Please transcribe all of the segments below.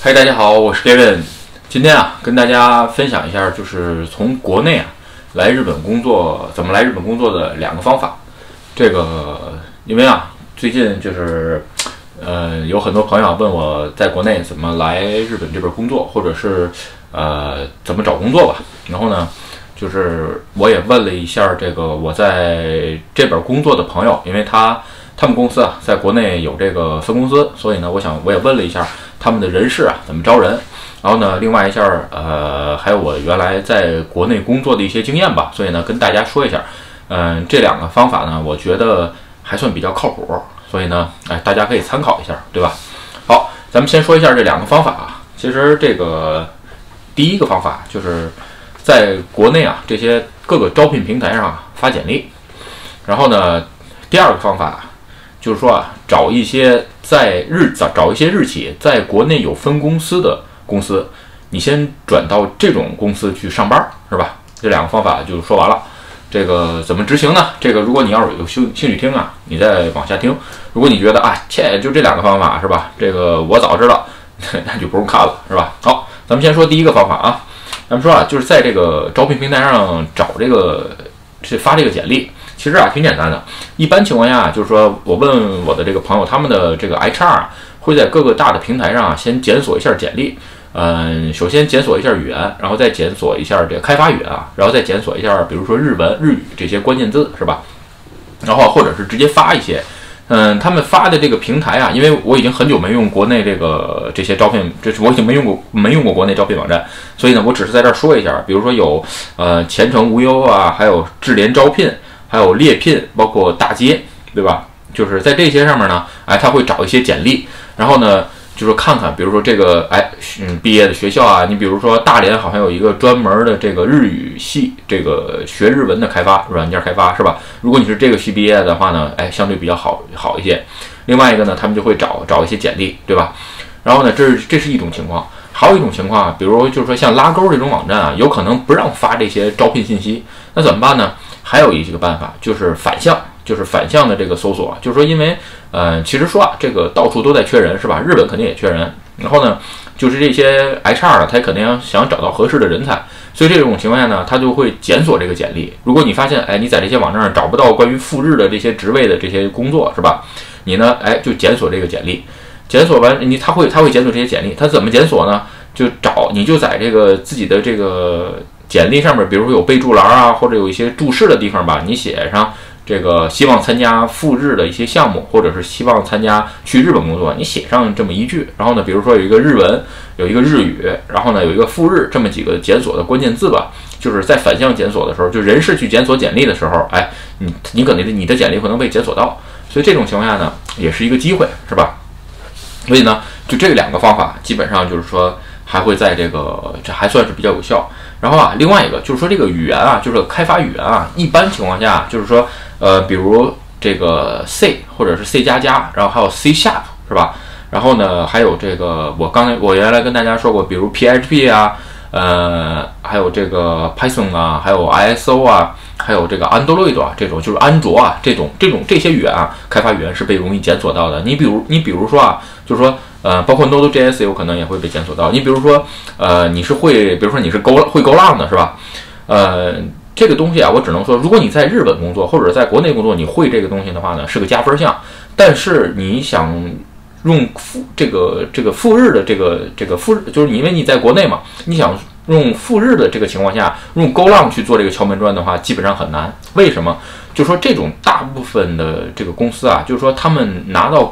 嗨，大家好，我是 Kevin。今天跟大家分享一下，就是从国内来日本工作，怎么来日本工作的2个方法。这个因为最近就是有很多朋友问我在国内怎么来日本这边工作，或者是怎么找工作吧。然后呢，就是我也问了一下这个我在这边工作的朋友，因为他们公司在国内有这个分公司，所以呢，我也问了一下他们的人事怎么招人。然后呢，另外一下还有我原来在国内工作的一些经验吧，所以呢跟大家说一下。这2个方法呢，我觉得还算比较靠谱，所以呢，大家可以参考一下，对吧？好，咱们先说一下这2个方法。其实这个第一个方法就是在国内这些各个招聘平台上发简历。然后呢，第2个方法就是说找一些日企在国内有分公司的公司，你先转到这种公司去上班，是吧？这2个方法就说完了。这个怎么执行呢？这个如果你要是有兴趣听你再往下听。如果你觉得就这2个方法是吧？这个我早知道，那就不用看了，是吧？好，咱们先说第一个方法咱们说就是在这个招聘平台上发这个简历。其实挺简单的。一般情况下，就是说我问我的这个朋友，他们的这个 HR 会在各个大的平台上先检索一下简历。首先检索一下语言，然后再检索一下这个开发语言然后再检索一下，比如说日文、日语这些关键字，是吧？然后或者是直接发一些。他们发的这个平台因为我已经很久没用国内这些招聘，我已经没用过国内招聘网站，所以呢，我只是在这儿说一下。比如说有前程无忧还有智联招聘，还有猎聘，包括大街，对吧？就是在这些上面呢，他会找一些简历，然后呢，就是看看，比如说这个毕业的学校你比如说大连好像有一个专门的这个日语系，这个学日文的软件开发，是吧？如果你是这个系毕业的话呢，相对比较好一些。另外一个呢，他们就会找一些简历，对吧？然后呢，这是一种情况。还有一种情况比如就是说像拉勾这种网站有可能不让发这些招聘信息，那怎么办呢？还有一个办法就是反向的这个搜索。就是说因为其实说这个到处都在缺人，是吧？日本肯定也缺人，然后呢就是这些 HR 他肯定想找到合适的人才，所以这种情况下呢，他就会检索这个简历。如果你发现你在这些网站上找不到关于赴日的这些职位的这些工作，是吧？你呢就检索这个简历，检索完他会检索这些简历。他怎么检索呢？你就在这个自己的这个简历上面，比如说有备注栏或者有一些注释的地方吧，你写上这个希望参加赴日的一些项目，或者是希望参加去日本工作，你写上这么一句。然后呢，比如说有一个日文，有一个日语，然后呢有一个赴日，这么几个检索的关键字吧。就是在反向检索的时候，就人事去检索简历的时候，你可能你的简历可能被检索到，所以这种情况下呢，也是一个机会，是吧？所以呢，就这2个方法，基本上就是说还会在这还算是比较有效。然后另外一个就是说这个语言就是开发语言一般情况下就是说比如这个 C 或者是 C++，然后还有 C#， 是吧？然后呢还有这个我原来跟大家说过，比如 PHP 还有这个 Python 还有 ISO 还有这个 Android 这种就是安卓这些语言开发语言是被容易检索到的。你比如说就是说包括 Node.js 有可能也会被检索到。你比如说你是会Golang的，是吧？这个东西我只能说，如果你在日本工作或者在国内工作，你会这个东西的话呢，是个加分项。但是你想用这个赴日的这个赴日，就是因为你在国内嘛，你想用赴日的这个情况下，用Golang去做这个敲门砖的话，基本上很难。为什么？就是说这种大部分的这个公司就是说他们拿到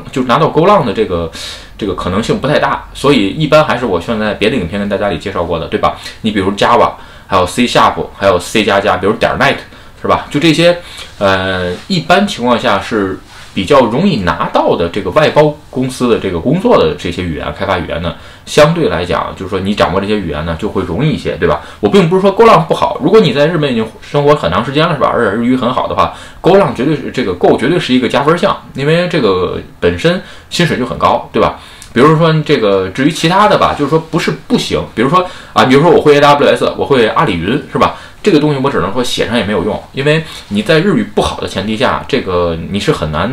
Golang的这个可能性不太大，所以一般还是我现在别的影片跟大家里介绍过的，对吧？你比如 Java， 还有 C#， 还有 C++，比如.net， 是吧？就这些一般情况下是比较容易拿到的这个外包公司的这个工作的这些语言开发语言呢，相对来讲就是说你掌握这些语言呢就会容易一些，对吧？我并不是说Golang不好，如果你在日本已经生活很长时间了，是吧？而且日语很好的话，Golang绝对是绝对是一个加分项，因为这个本身薪水就很高，对吧？比如说这个至于其他的吧，就是说不是不行，比如说我会 AWS， 我会阿里云，是吧？这个东西我只能说写上也没有用，因为你在日语不好的前提下，这个你是很难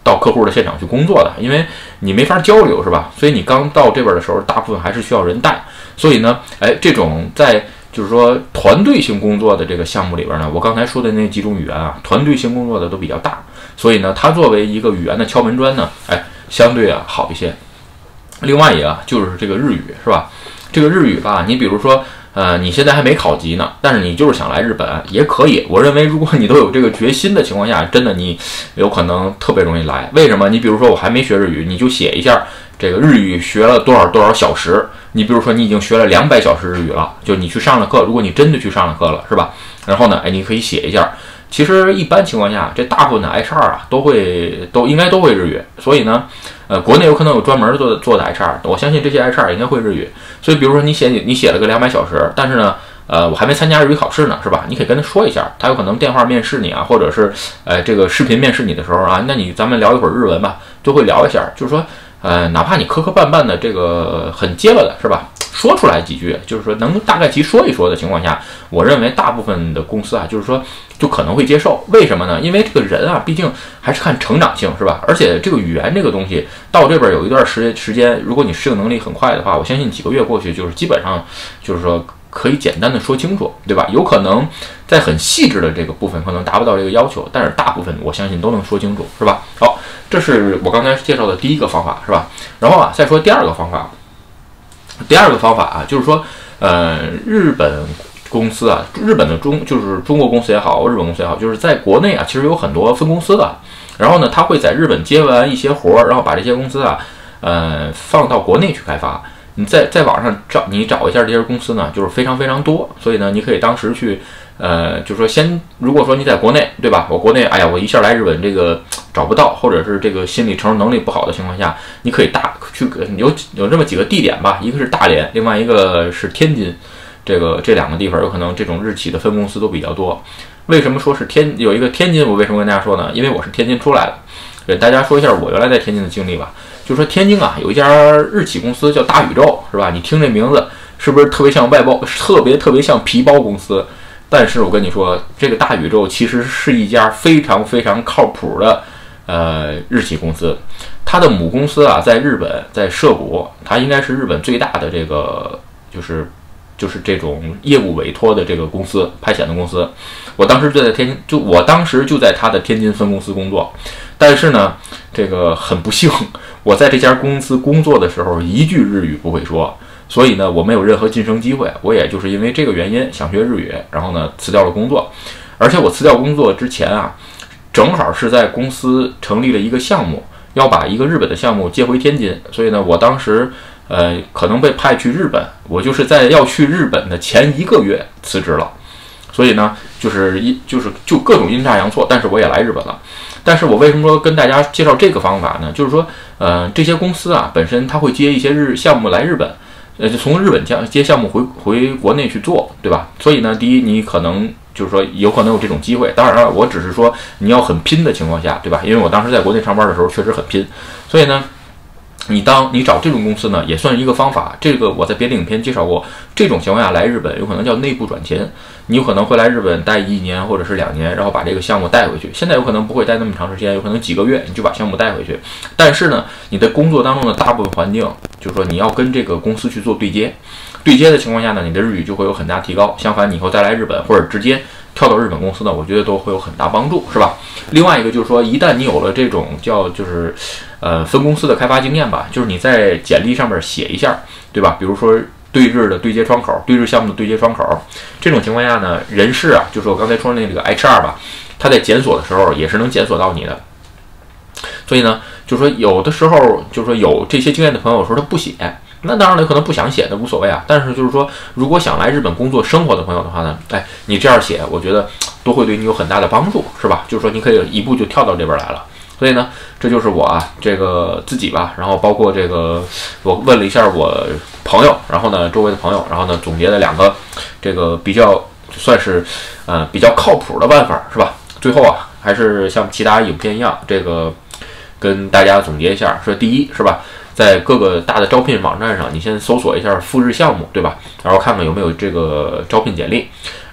到客户的现场去工作的，因为你没法交流，是吧？所以你刚到这边的时候，大部分还是需要人带。所以呢，这种在就是说团队性工作的这个项目里边呢，我刚才说的那几种语言啊，团队性工作的都比较大，所以呢，它作为一个语言的敲门砖呢，相对好一些。另外一个就是这个日语，是吧？这个日语吧，你比如说，你现在还没考级呢，但是你就是想来日本也可以。我认为，如果你都有这个决心的情况下，真的你有可能特别容易来。为什么？你比如说，我还没学日语，你就写一下这个日语学了多少小时。你比如说，你已经学了200小时日语了，就你去上了课，如果你真的去上了课了，是吧？然后呢，你可以写一下。其实一般情况下，这大部分的 HR 啊都应该都会日语，所以呢，国内有可能有专门做的 HR， 我相信这些 HR 应该会日语。所以比如说你写了个200小时，但是呢，我还没参加日语考试呢，是吧？你可以跟他说一下，他有可能电话面试你啊，或者是这个视频面试你的时候啊，那咱们聊一会儿日文吧，就会聊一下，就是说哪怕你磕磕绊绊的这个很结巴的，是吧？说出来几句，就是说能大概其说一说的情况下，我认为大部分的公司啊，就是说就可能会接受。为什么呢？因为这个人啊，毕竟还是看成长性，是吧？而且这个语言这个东西到这边有一段时间，如果你适应能力很快的话，我相信几个月过去，就是基本上就是说可以简单的说清楚，对吧？有可能在很细致的这个部分可能达不到这个要求，但是大部分我相信都能说清楚，是吧？好，这是我刚才介绍的第一个方法，是吧？然后再说第二个方法。第二个方法啊，就是说，日本公司啊，日本的就是中国公司也好，日本公司也好，就是在国内啊，其实有很多分公司的。然后呢，他会在日本接完一些活儿，然后把这些公司啊，放到国内去开发。你在网上找一下这些公司呢，就是非常非常多。所以呢，你可以当时去，就是说如果说你在国内，对吧？我国内，我一下来日本这个找不到，或者是这个心理承受能力不好的情况下，你可以有这么几个地点吧，一个是大连，另外一个是天津，这两个地方有可能这种日企的分公司都比较多。为什么说是有一个天津？我为什么跟大家说呢？因为我是天津出来的，给大家说一下我原来在天津的经历吧。就说天津啊，有一家日企公司叫大宇宙，是吧？你听这名字是不是特别像外包，特别像皮包公司？但是我跟你说，这个大宇宙其实是一家非常非常靠谱的日企公司。它的母公司啊，在日本，在涉谷，它应该是日本最大的这个就是这种业务委托的这个公司，派遣的公司。我当时就在它的天津分公司工作，但是呢，这个很不幸，我在这家公司工作的时候一句日语不会说，所以呢，我没有任何晋升机会。我也就是因为这个原因想学日语，然后呢辞掉了工作。而且我辞掉工作之前啊，正好是在公司成立了一个项目，要把一个日本的项目接回天津，所以呢，我当时可能被派去日本，我就是在要去日本的前1个月辞职了。所以呢，就各种阴差阳错，但是我也来日本了。但是我为什么说跟大家介绍这个方法呢？就是说，这些公司啊，本身它会接一些项目来日本，就从日本接项目回国内去做，对吧？所以呢，第一，你可能就是说有可能有这种机会。当然了，我只是说你要很拼的情况下，对吧？因为我当时在国内上班的时候确实很拼，所以呢，你找这种公司呢，也算是一个方法。这个我在别的影片介绍过，这种情况下来日本有可能叫内部转钱，你有可能会来日本待1年或者是2年，然后把这个项目带回去。现在有可能不会待那么长时间，有可能几个月你就把项目带回去。但是呢，你的工作当中的大部分环境，就是说你要跟这个公司去做对接的情况下呢，你的日语就会有很大提高。相反，你以后再来日本或者直接跳到日本公司呢，我觉得都会有很大帮助，是吧？另外一个就是说，一旦你有了这种分公司的开发经验吧，就是你在简历上面写一下，对吧？比如说对日的对接窗口，对日项目的对接窗口，这种情况下呢，人事啊，就是我刚才说的那个 HR 吧，他在检索的时候也是能检索到你的。所以呢，就是说有的时候就是说有这些经验的朋友说他不写，那当然了，可能不想写的无所谓啊。但是就是说，如果想来日本工作生活的朋友的话呢，你这样写，我觉得都会对你有很大的帮助，是吧？就是说你可以一步就跳到这边来了。所以呢，这就是我啊这个自己吧，然后包括这个我问了一下我朋友，然后呢周围的朋友，然后呢总结了2个这个比较算是比较靠谱的办法，是吧？最后啊，还是像其他影片一样，这个跟大家总结一下，说第一是吧，在各个大的招聘网站上，你先搜索一下赴日项目，对吧？然后看看有没有这个招聘简历。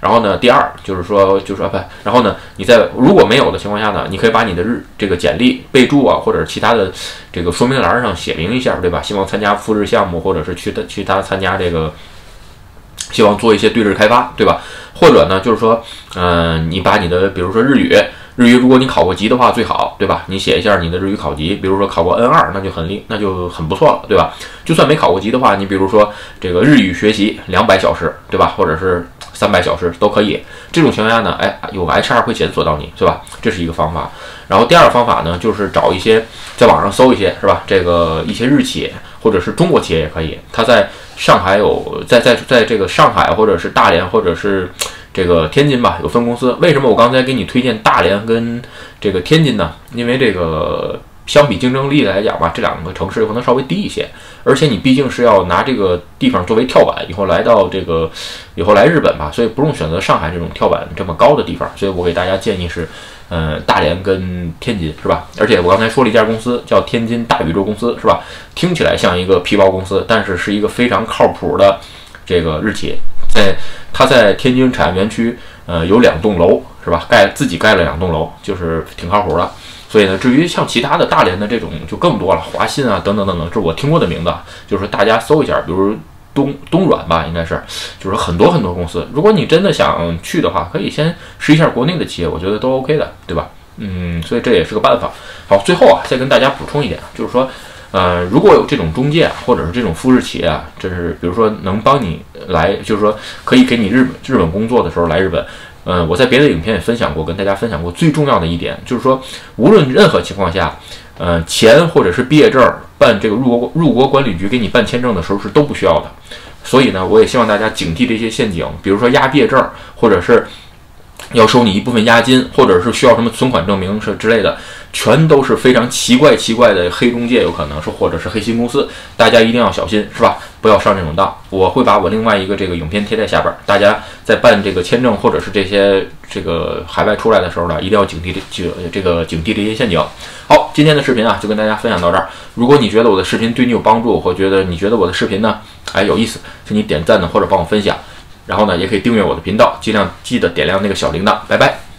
然后呢，第二就是说不，然后呢，你在如果没有的情况下呢，你可以把你的这个简历备注啊，或者其他的这个说明栏上写明一下，对吧？希望参加赴日项目，或者是去他参加这个，希望做一些对日开发，对吧？或者呢，就是说，你把你的比如说日语，如果你考过级的话最好，对吧？你写一下你的日语考级，比如说考过 N2，那就很不错了，对吧？就算没考过级的话，你比如说这个日语学习200小时，对吧？或者是300小时都可以。这种情况下呢，有 HR 会检索到你，是吧？这是一个方法。然后第二个方法呢，就是找一些在网上搜一些，是吧？这个一些日企或者是中国企业也可以，它在上海在这个上海或者是大连或者是这个天津吧，有分公司。为什么我刚才给你推荐大连跟这个天津呢？因为这个相比竞争力来讲吧，这两个城市可能稍微低一些，而且你毕竟是要拿这个地方作为跳板，以后来日本吧，所以不用选择上海这种跳板这么高的地方。所以我给大家建议是，大连跟天津，是吧？而且我刚才说了一家公司叫天津大宇宙公司，是吧？听起来像一个皮包公司，但是一个非常靠谱的这个日企。它在天津产业园区，有2栋楼，是吧？自己盖了2栋楼，就是挺靠谱的。所以呢，至于像其他的大连的这种就更多了，华信啊等等等等，这是我听过的名字，就是大家搜一下，比如东软吧，应该是，就是很多公司。如果你真的想去的话，可以先试一下国内的企业，我觉得都 OK 的，对吧？所以这也是个办法。好，最后再跟大家补充一点，就是说，如果有这种中介或者是这种赴日企业啊，这是比如说能帮你来，就是说可以给你日本工作的时候来日本。我在别的影片也跟大家分享过，最重要的一点就是说，无论任何情况下，钱或者是毕业证办这个入国管理局给你办签证的时候是都不需要的。所以呢，我也希望大家警惕这些陷阱，比如说压毕业证，或者是要收你一部分押金，或者是需要什么存款证明之类的，全都是非常奇怪的黑中介，有可能是或者是黑心公司，大家一定要小心，是吧？不要上这种当。我会把我另外一个这个影片贴在下边，大家在办这个签证或者是这个海外出来的时候呢，一定要警惕这些陷阱。好，今天的视频就跟大家分享到这儿。如果你觉得我的视频对你有帮助，或你觉得我的视频呢有意思，请你点赞呢或者帮我分享。然后呢，也可以订阅我的频道，记得点亮那个小铃铛。拜拜。